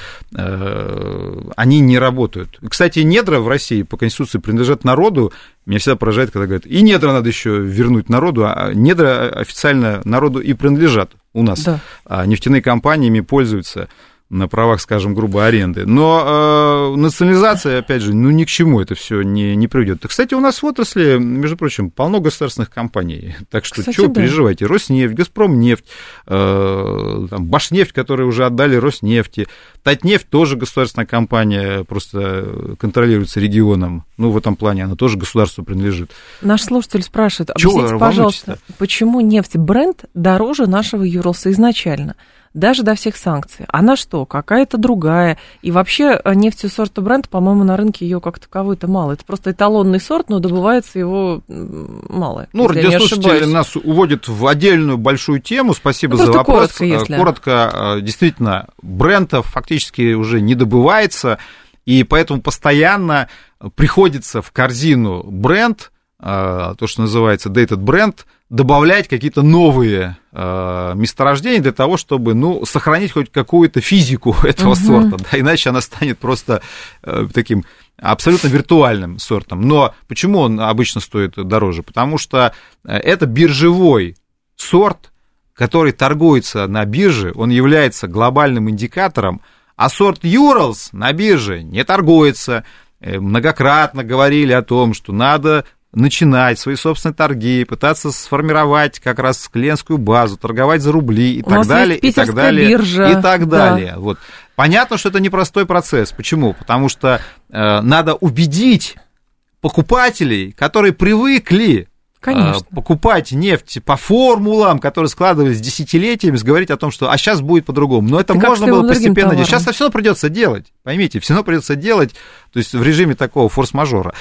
они не работают. Кстати, недра в России по Конституции принадлежат народу. Меня всегда поражает, когда говорят, и недра надо еще вернуть народу, а недра официально народу и принадлежат у нас. Да. А нефтяные компании ими пользуются на правах, скажем, грубой аренды. Но национализация, опять же, ни к чему это все не приведет. Кстати, у нас в отрасли, между прочим, полно государственных компаний. Так что, чего вы переживаете? Роснефть, Газпромнефть, Башнефть, которые уже отдали Роснефти. Татнефть тоже государственная компания, просто контролируется регионом. Ну, в этом плане она тоже государству принадлежит. Наш слушатель спрашивает, объясните, пожалуйста, почему нефть Brent дороже нашего Юрлса изначально? Даже до всех санкций. Она что, какая-то другая? И вообще нефти сорта Brent, по-моему, на рынке ее как таковой-то мало. Это просто эталонный сорт, но добывается его мало. Ну, радиослушатели нас уводят в отдельную большую тему. Спасибо за вопрос. Коротко, действительно, Brent фактически уже не добывается, и поэтому постоянно приходится в корзину Brent, то, что называется Dated Brent, добавлять какие-то новые месторождения для того, чтобы, сохранить хоть какую-то физику этого сорта, да, иначе она станет просто таким абсолютно виртуальным сортом. Но почему он обычно стоит дороже? Потому что это биржевой сорт, который торгуется на бирже, он является глобальным индикатором, а сорт Urals на бирже не торгуется. Многократно говорили о том, что надо начинать свои собственные торги, пытаться сформировать как раз клиентскую базу, торговать за рубли и так далее, и так далее, биржа. И так далее. Да. Вот. Понятно, что это непростой процесс. Почему? Потому что надо убедить покупателей, которые привыкли покупать нефть по формулам, которые складывались десятилетиями, говорить о том, что сейчас будет по-другому. Но это можно было постепенно делать. Сейчас все равно придется делать. Поймите, все равно придется делать, то есть в режиме такого форс-мажора.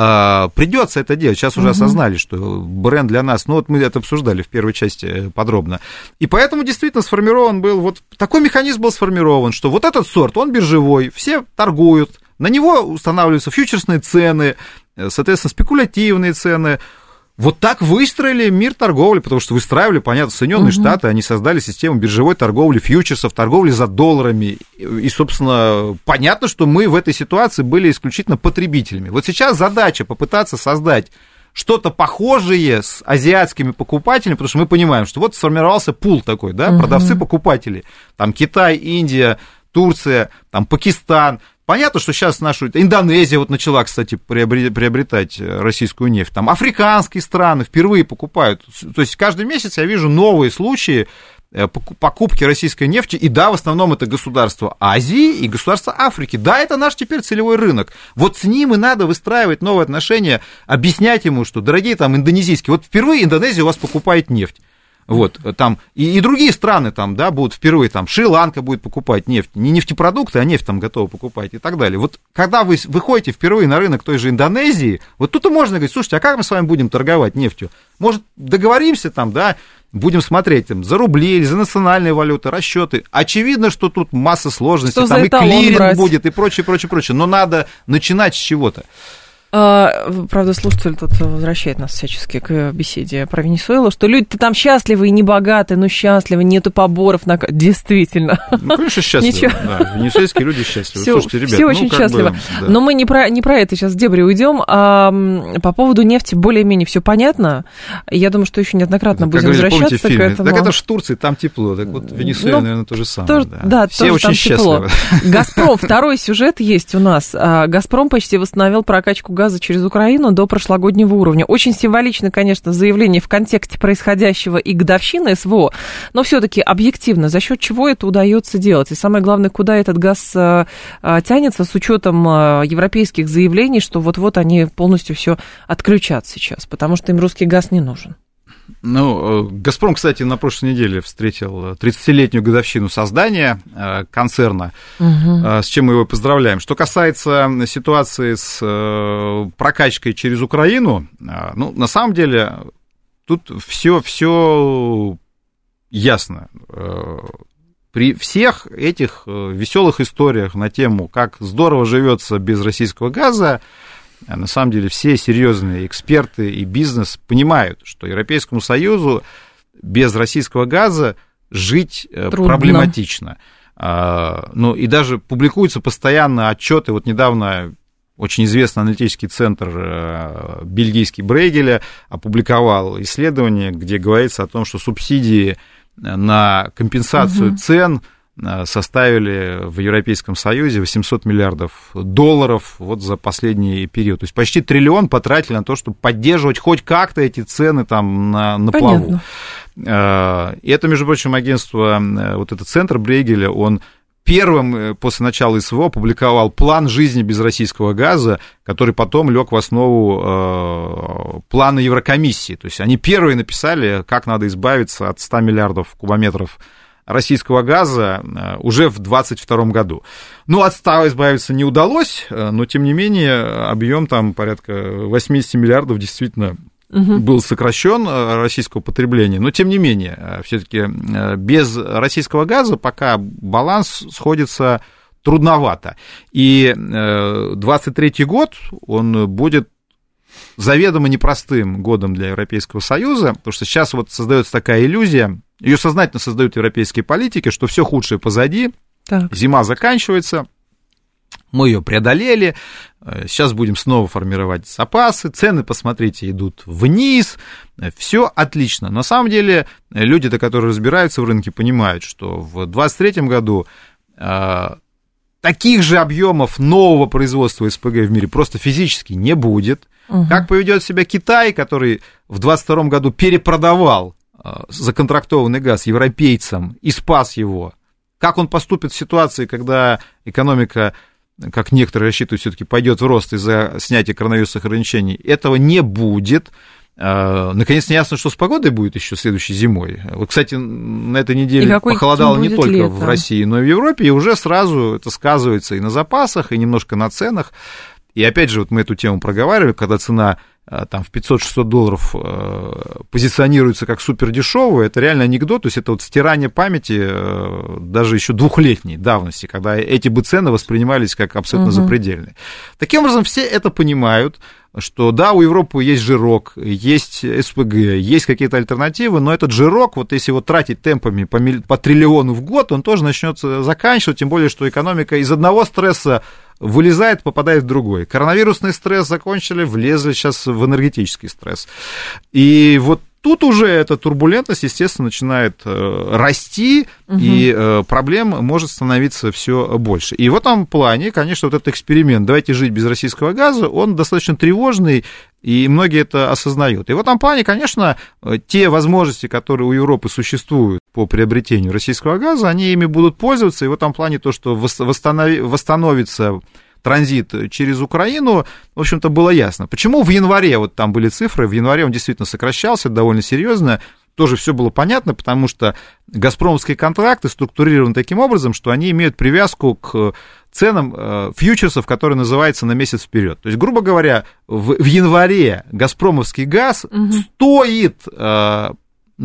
Придется это делать. Сейчас уже осознали, что бренд для нас, вот мы это обсуждали в первой части подробно. И поэтому действительно сформирован был, вот такой механизм был сформирован, что вот этот сорт, он биржевой, все торгуют, на него устанавливаются фьючерсные цены, соответственно, спекулятивные цены. Вот так выстроили мир торговли, потому что выстраивали, понятно, Соединенные Штаты, они создали систему биржевой торговли, фьючерсов, торговли за долларами. И, собственно, понятно, что мы в этой ситуации были исключительно потребителями. Вот сейчас задача попытаться создать что-то похожее с азиатскими покупателями, потому что мы понимаем, что вот сформировался пул такой, да, продавцы-покупатели. Там Китай, Индия, Турция, там Пакистан. Понятно, что сейчас Индонезия вот начала, кстати, приобретать российскую нефть. Там африканские страны впервые покупают. То есть каждый месяц я вижу новые случаи покупки российской нефти. И да, в основном это государства Азии и государства Африки. Да, это наш теперь целевой рынок. Вот с ним и надо выстраивать новые отношения, объяснять ему, что, дорогие там индонезийские, вот впервые Индонезия у вас покупает нефть. Вот, там, и другие страны там, да, будут впервые, там, Шри-Ланка будет покупать нефть, не нефтепродукты, а нефть там готова покупать и так далее. Вот, когда вы выходите впервые на рынок той же Индонезии, вот тут и можно говорить, слушайте, а как мы с вами будем торговать нефтью? Может, договоримся там, да, будем смотреть там за рубли или за национальные валюты, расчеты. Очевидно, что тут масса сложностей, там и клиринг будет, и прочее, но надо начинать с чего-то. Правда, слушатель тут возвращает нас всячески к беседе про Венесуэлу, что люди-то там счастливы и не богаты, но счастливы, нету поборов. Действительно. Ну, конечно, счастливы. Да, венесуэльские люди счастливы. Слушайте, ребят, все очень счастливы. Да. Но мы не про это сейчас в дебри уйдем. По поводу нефти более-менее все понятно. Я думаю, что еще неоднократно будем возвращаться к этому. Так это же в Турции, там тепло. Так вот в Венесуэле, наверное, то же самое. Все очень счастливы. «Газпром», второй сюжет есть у нас. «Газпром» почти восстановил прокачку газа через Украину до прошлогоднего уровня. Очень символично, конечно, заявление в контексте происходящего и годовщины СВО, но все-таки объективно, за счет чего это удается делать? И самое главное, куда этот газ тянется с учетом европейских заявлений, что вот-вот они полностью все отключат сейчас, потому что им русский газ не нужен. Ну, «Газпром», кстати, на прошлой неделе встретил 30-летнюю годовщину создания концерна, с чем мы его поздравляем. Что касается ситуации с прокачкой через Украину, ну, на самом деле, тут все ясно. При всех этих веселых историях на тему, как здорово живется без российского газа, на самом деле все серьезные эксперты и бизнес понимают, что Европейскому Союзу без российского газа жить трудно. Проблематично. Ну и даже публикуются постоянно отчеты. Вот недавно очень известный аналитический центр бельгийский Брейгеля опубликовал исследование, где говорится о том, что субсидии на компенсацию цен составили в Европейском Союзе $800 миллиардов вот за последний период. То есть почти триллион потратили на то, чтобы поддерживать хоть как-то эти цены там на плаву. И это, между прочим, агентство, вот этот центр Брейгеля, он первым после начала СВО опубликовал план жизни без российского газа, который потом лег в основу плана Еврокомиссии. То есть они первые написали, как надо избавиться от 100 миллиардов кубометров российского газа уже в 2022 году. Ну, от 100 избавиться не удалось, но, тем не менее, объем там порядка 80 миллиардов действительно был сокращен российского потребления. Но, тем не менее, все-таки без российского газа пока баланс сходится трудновато. И 2023 год, он будет заведомо непростым годом для Европейского Союза, потому что сейчас вот создается такая иллюзия, ее сознательно создают европейские политики, что все худшее позади, зима заканчивается, мы ее преодолели, сейчас будем снова формировать запасы, цены, посмотрите, идут вниз, все отлично. На самом деле люди-то, которые разбираются в рынке, понимают, что в 2023 году таких же объемов нового производства СПГ в мире просто физически не будет. Как поведет себя Китай, который в 2022 году перепродавал законтрактованный газ европейцам и спас его, как он поступит в ситуации, когда экономика, как некоторые рассчитывают, все-таки пойдет в рост из-за снятия коронавирусных ограничений, этого не будет. Наконец, не ясно, что с погодой будет еще следующей зимой. Вот, кстати, на этой неделе похолодало не только лето в России, но и в Европе, и уже сразу это сказывается и на запасах, и немножко на ценах. И опять же, вот мы эту тему проговаривали, когда цена там в $500-600 позиционируется как супердешевая, это реально анекдот, то есть это вот стирание памяти даже еще 2-летней давности, когда эти бы цены воспринимались как абсолютно запредельные. Таким образом, все это понимают, что да, у Европы есть жирок, есть СПГ, есть какие-то альтернативы, но этот жирок, вот если его тратить темпами по триллиону в год, он тоже начнет заканчивать, тем более, что экономика из одного стресса вылезает, попадает в другой. Коронавирусный стресс закончили, влезли сейчас в энергетический стресс. И вот тут уже эта турбулентность, естественно, начинает расти, и проблем может становиться все больше. И в этом плане, конечно, вот этот эксперимент «давайте жить без российского газа», он достаточно тревожный, и многие это осознают. И в этом плане, конечно, те возможности, которые у Европы существуют по приобретению российского газа, они ими будут пользоваться, и в этом плане то, что восстановится транзит через Украину, в общем-то, было ясно. Почему в январе, вот там были цифры, в январе он действительно сокращался довольно серьезно, тоже все было понятно, потому что газпромовские контракты структурированы таким образом, что они имеют привязку к ценам фьючерсов, которые называются на месяц вперед. То есть, грубо говоря, в январе газпромовский газ стоит,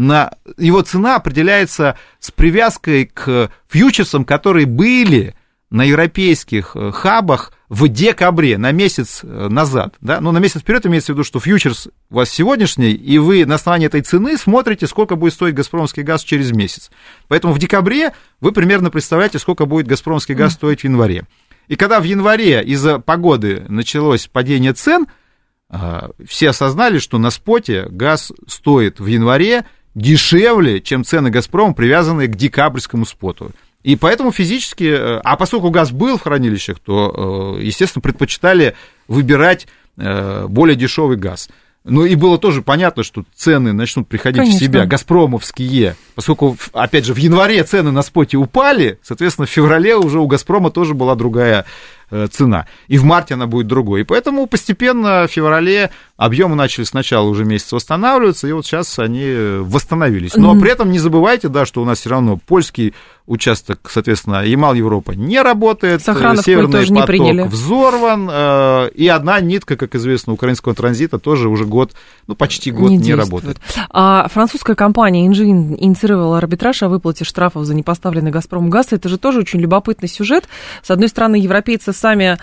его цена определяется с привязкой к фьючерсам, которые были на европейских хабах в декабре, на месяц назад, да, ну, на месяц вперед имеется в виду, что фьючерс у вас сегодняшний, и вы на основании этой цены смотрите, сколько будет стоить газпромовский газ через месяц. Поэтому в декабре вы примерно представляете, сколько будет газпромовский газ стоить в январе. И когда в январе из-за погоды началось падение цен, все осознали, что на споте газ стоит в январе дешевле, чем цены «Газпрома», привязанные к декабрьскому споту. И поэтому физически, а поскольку газ был в хранилищах, то, естественно, предпочитали выбирать более дешевый газ. Ну и было тоже понятно, что цены начнут приходить в себя, газпромовские, поскольку, опять же, в январе цены на споте упали, соответственно, в феврале уже у «Газпрома» тоже была другая цена, и в марте она будет другой. И поэтому постепенно в феврале объемы начали сначала уже месяц восстанавливаться, и вот сейчас они восстановились. Но при этом не забывайте, да, что у нас все равно польский участок, соответственно, Ямал-Европа не работает, Северный поток взорван, и одна нитка, как известно, украинского транзита тоже уже год, ну, почти год не работает. А французская компания Engie инициировала арбитраж о выплате штрафов за непоставленный «Газпрому» газ. Это же тоже очень любопытный сюжет. С одной стороны, европейцы сами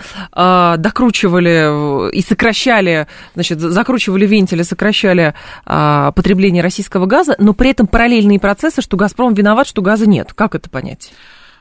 докручивали и сокращали, значит, закручивали вентили, сокращали потребление российского газа, но при этом параллельные процессы, что «Газпром» виноват, что газа нет. Как это понять?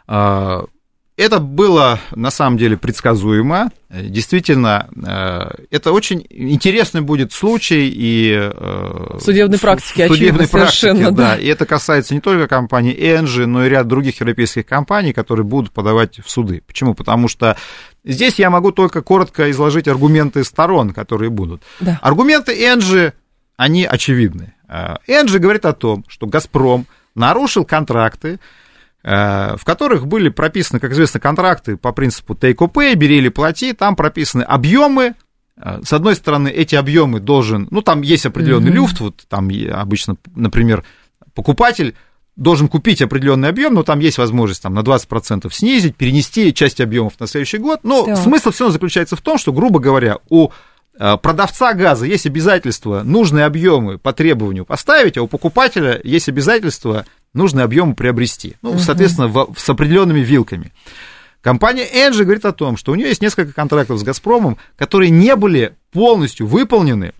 Это было, на самом деле, предсказуемо. Действительно, это очень интересный будет случай и судебной практики, очевидно, совершенно. Да. И это касается не только компании Engie, но и ряд других европейских компаний, которые будут подавать в суды. Почему? Потому что здесь я могу только коротко изложить аргументы сторон, которые будут. Да. Аргументы Engie, они очевидны. Engie говорит о том, что «Газпром» нарушил контракты, в которых были прописаны, как известно, контракты по принципу take-or-pay, бери или плати, там прописаны объемы. С одной стороны, эти объемы должен, ну, там есть определенный люфт, вот там обычно, например, покупатель должен купить определенный объем, но там есть возможность там, на 20% снизить, перенести часть объемов на следующий год. Но смысл все равно заключается в том, что, грубо говоря, у продавца газа есть обязательство нужные объемы по требованию поставить, а у покупателя есть обязательство нужные объемы приобрести. Ну, соответственно, с определенными вилками. Компания Engie говорит о том, что у нее есть несколько контрактов с «Газпромом», которые не были полностью выполнены,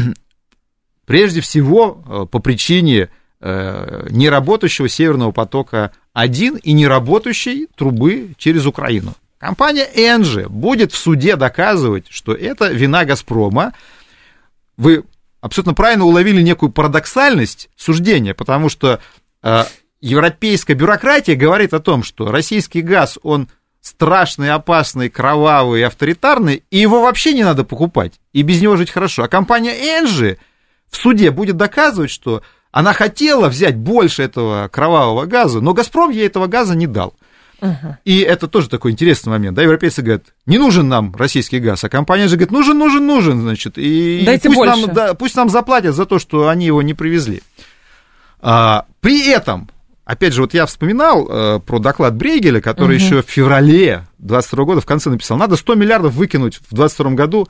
прежде всего, по причине неработающего «Северного потока-1» и неработающей трубы через Украину. Компания Engie будет в суде доказывать, что это вина «Газпрома». Вы абсолютно правильно уловили некую парадоксальность суждения, потому что европейская бюрократия говорит о том, что российский газ, он страшный, опасный, кровавый, авторитарный, и его вообще не надо покупать, и без него жить хорошо. А компания Engie в суде будет доказывать, что она хотела взять больше этого кровавого газа, но «Газпром» ей этого газа не дал. И это тоже такой интересный момент, да, европейцы говорят, не нужен нам российский газ, а компания же говорит, нужен, значит, и пусть нам заплатят за то, что они его не привезли. При этом, опять же, вот я вспоминал про доклад Брейгеля, который еще в феврале 2022 года в конце написал, надо 100 миллиардов выкинуть в 2022 году,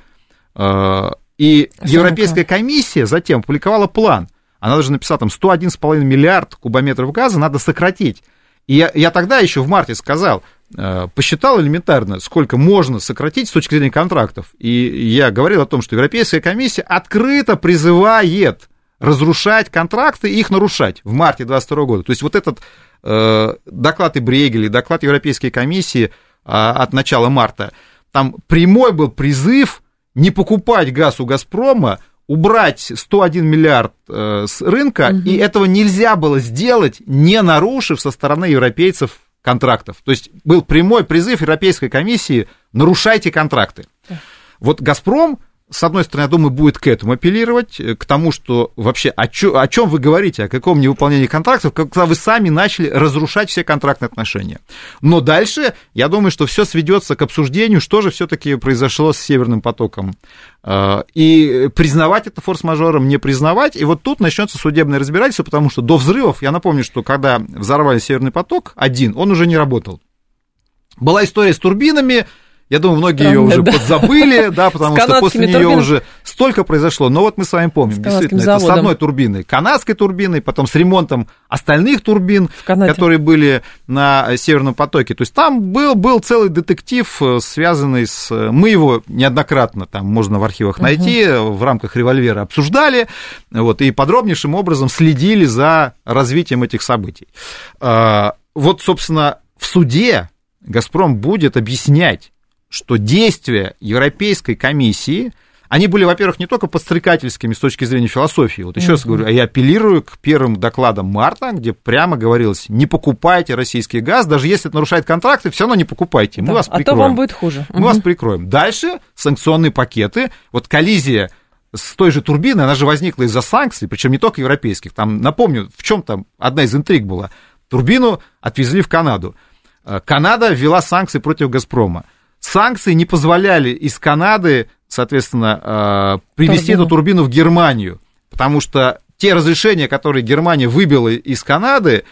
и Европейская комиссия затем опубликовала план, она даже написала там 101,5 миллиард кубометров газа надо сократить. И я тогда еще в марте сказал, посчитал элементарно, сколько можно сократить с точки зрения контрактов. И я говорил о том, что Европейская комиссия открыто призывает разрушать контракты и их нарушать в марте 2022 года. То есть вот этот доклад и Брейгеля, доклад Европейской комиссии от начала марта, там прямой был призыв не покупать газ у «Газпрома», убрать 101 миллиард с рынка, и этого нельзя было сделать, не нарушив со стороны европейцев контрактов. То есть был прямой призыв Европейской комиссии: нарушайте контракты. Вот «Газпром», с одной стороны, я думаю, будет к этому апеллировать, к тому, что вообще о чем вы говорите, о каком невыполнении контрактов, когда вы сами начали разрушать все контрактные отношения. Но дальше, я думаю, что все сведется к обсуждению, что же все-таки произошло с «Северным потоком». И признавать это форс-мажором, не признавать. И вот тут начнется судебное разбирательство, потому что до взрывов, я напомню, что когда взорвали «Северный поток-1», он уже не работал. Была история с турбинами. Я думаю, многие ее уже подзабыли, да, потому что после нее уже столько произошло. Но вот мы с вами помним, действительно, это с одной турбиной, канадской турбиной, потом с ремонтом остальных турбин, которые были на Северном потоке. То есть там был целый детектив, связанный с... Мы его неоднократно, там можно в архивах найти, в рамках «Револьвера» обсуждали, вот, и подробнейшим образом следили за развитием этих событий. Вот, собственно, в суде «Газпром» будет объяснять, что действия Европейской комиссии, они были, во-первых, не только подстрекательскими с точки зрения философии. Вот еще раз говорю, я апеллирую к первым докладам марта, где прямо говорилось, не покупайте российский газ, даже если это нарушает контракты, все равно не покупайте, мы вас прикроем. А то вам будет хуже. Мы вас прикроем. Дальше санкционные пакеты, вот коллизия с той же турбиной, она же возникла из-за санкций, причем не только европейских. Там, напомню, в чем там одна из интриг была. Турбину отвезли в Канаду. Канада ввела санкции против «Газпрома». Санкции не позволяли из Канады, соответственно, привезти эту турбину в Германию, потому что те разрешения, которые Германия выбила из Канады,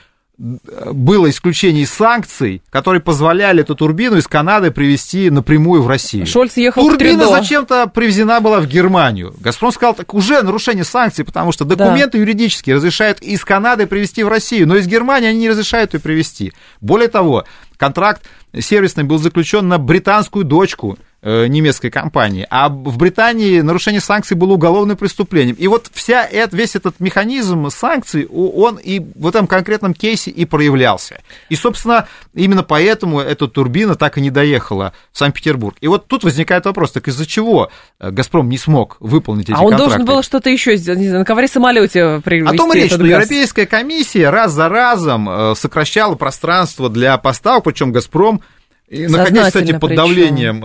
было исключение из санкций, которые позволяли эту турбину из Канады привезти напрямую в Россию. Шольц ехал Турбина зачем-то привезена была в Германию. «Газпром» сказал, так уже нарушение санкций, потому что документы юридические разрешают из Канады привезти в Россию, но из Германии они не разрешают ее привезти. Более того, контракт сервисный был заключен на британскую дочку немецкой компании, а в Британии нарушение санкций было уголовным преступлением. И вот весь этот механизм санкций, он и в этом конкретном кейсе и проявлялся. И, собственно, именно поэтому эта турбина так и не доехала в Санкт-Петербург. И вот тут возникает вопрос, так из-за чего «Газпром» не смог выполнить эти контракты? А он должен был что-то еще сделать, на ковре-самолете привезти. О том и речь, что Европейская комиссия раз за разом сокращала пространство для поставок, причем «Газпром», и, находясь, кстати, под давлением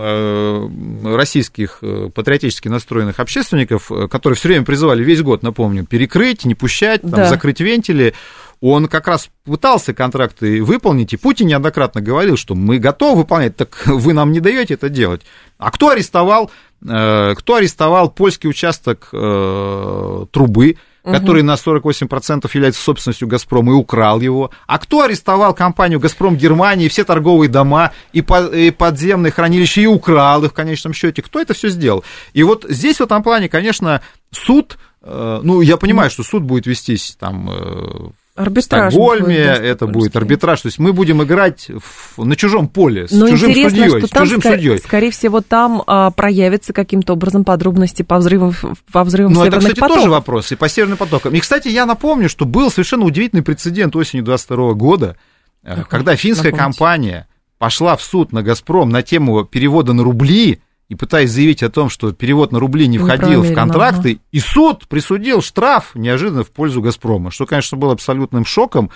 российских патриотически настроенных общественников, которые все время призывали весь год, напомню, перекрыть, не пущать, там, закрыть вентили, он как раз пытался контракты выполнить, и Путин неоднократно говорил, что мы готовы выполнять, так вы нам не даете это делать. А кто арестовал польский участок трубы, который на 48% является собственностью «Газпрома», и украл его. А кто арестовал компанию «Газпром» Германии, все торговые дома и подземные хранилища, и украл их в конечном счете? Кто это все сделал? И вот здесь в этом плане, конечно, суд, я понимаю, что суд будет вестись там... Арбитраж в Стокгольме, это будет арбитраж, то есть мы будем играть на чужом поле, с чужим судьей. Скорее всего, там проявятся каким-то образом подробности по взрывам северных потоков. Это, кстати, тоже вопрос, и по северным потокам. И, кстати, я напомню, что был совершенно удивительный прецедент осенью 2022 года, когда финская компания пошла в суд на «Газпром» на тему перевода на рубли, и пытаясь заявить о том, что перевод на рубли не входил в контракты, и суд присудил штраф неожиданно в пользу «Газпрома», что, конечно, было абсолютным шоком.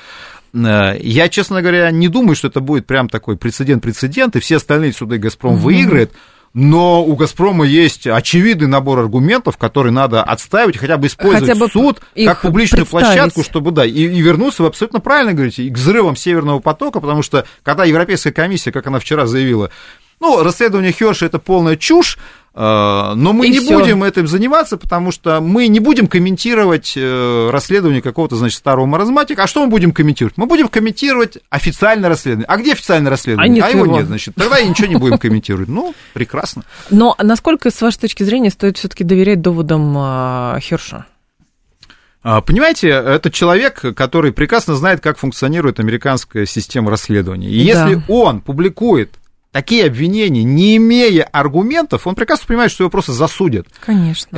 Я, честно говоря, не думаю, что это будет прям такой прецедент, и все остальные суды «Газпром» выиграет, но у «Газпрома» есть очевидный набор аргументов, которые надо отстаивать, хотя бы использовать суд как публичную площадку, чтобы, и вернуться, вы абсолютно правильно говорите, и к взрывам Северного потока, потому что, когда Европейская комиссия, как она вчера заявила, расследование Херша — это полная чушь, но мы не будем этим заниматься, потому что мы не будем комментировать расследование какого-то, старого маразматика. А что мы будем комментировать? Мы будем комментировать официальное расследование. А где официальное расследование? А его нет, тогда ничего не будем комментировать. Прекрасно. Но насколько, с вашей точки зрения, стоит все-таки доверять доводам Херша? Понимаете, это человек, который прекрасно знает, как функционирует американская система расследования. И если он публикует такие обвинения, не имея аргументов, он прекрасно понимает, что его просто засудят. Конечно.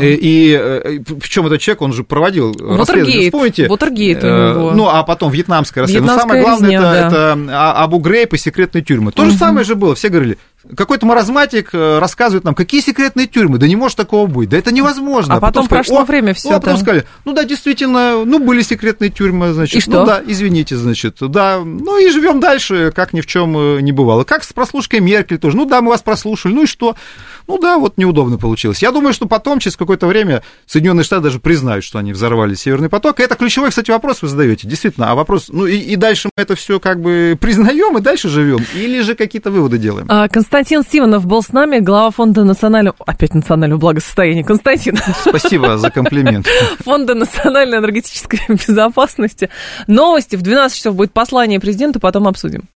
И причем этот человек, он же проводил расследование. Вспомните, Watergate у него. А потом вьетнамское расследование. Но самое главное, это Абу-Грейб и секретные тюрьмы. То же самое же было. Все говорили, какой-то маразматик рассказывает нам, какие секретные тюрьмы, да не может такого быть, да это невозможно. А потом прошло время, все. А потом сказали, действительно, были секретные тюрьмы, значит, и что? Извините, значит, и живем дальше, как ни в чем не бывало. Как с прослушкой Меркель тоже, мы вас прослушали, и что? Неудобно получилось. Я думаю, что потом, через какое-то время, Соединенные Штаты даже признают, что они взорвали Северный поток. И это ключевой, кстати, вопрос вы задаете. Действительно, а вопрос, и дальше мы это все признаем и дальше живем, или же какие-то выводы делаем? Константин Симонов был с нами, глава фонда национального благосостояния. Константин. Спасибо за комплимент. Фонда национальной энергетической безопасности. Новости. В 12 часов будет послание президенту, потом обсудим.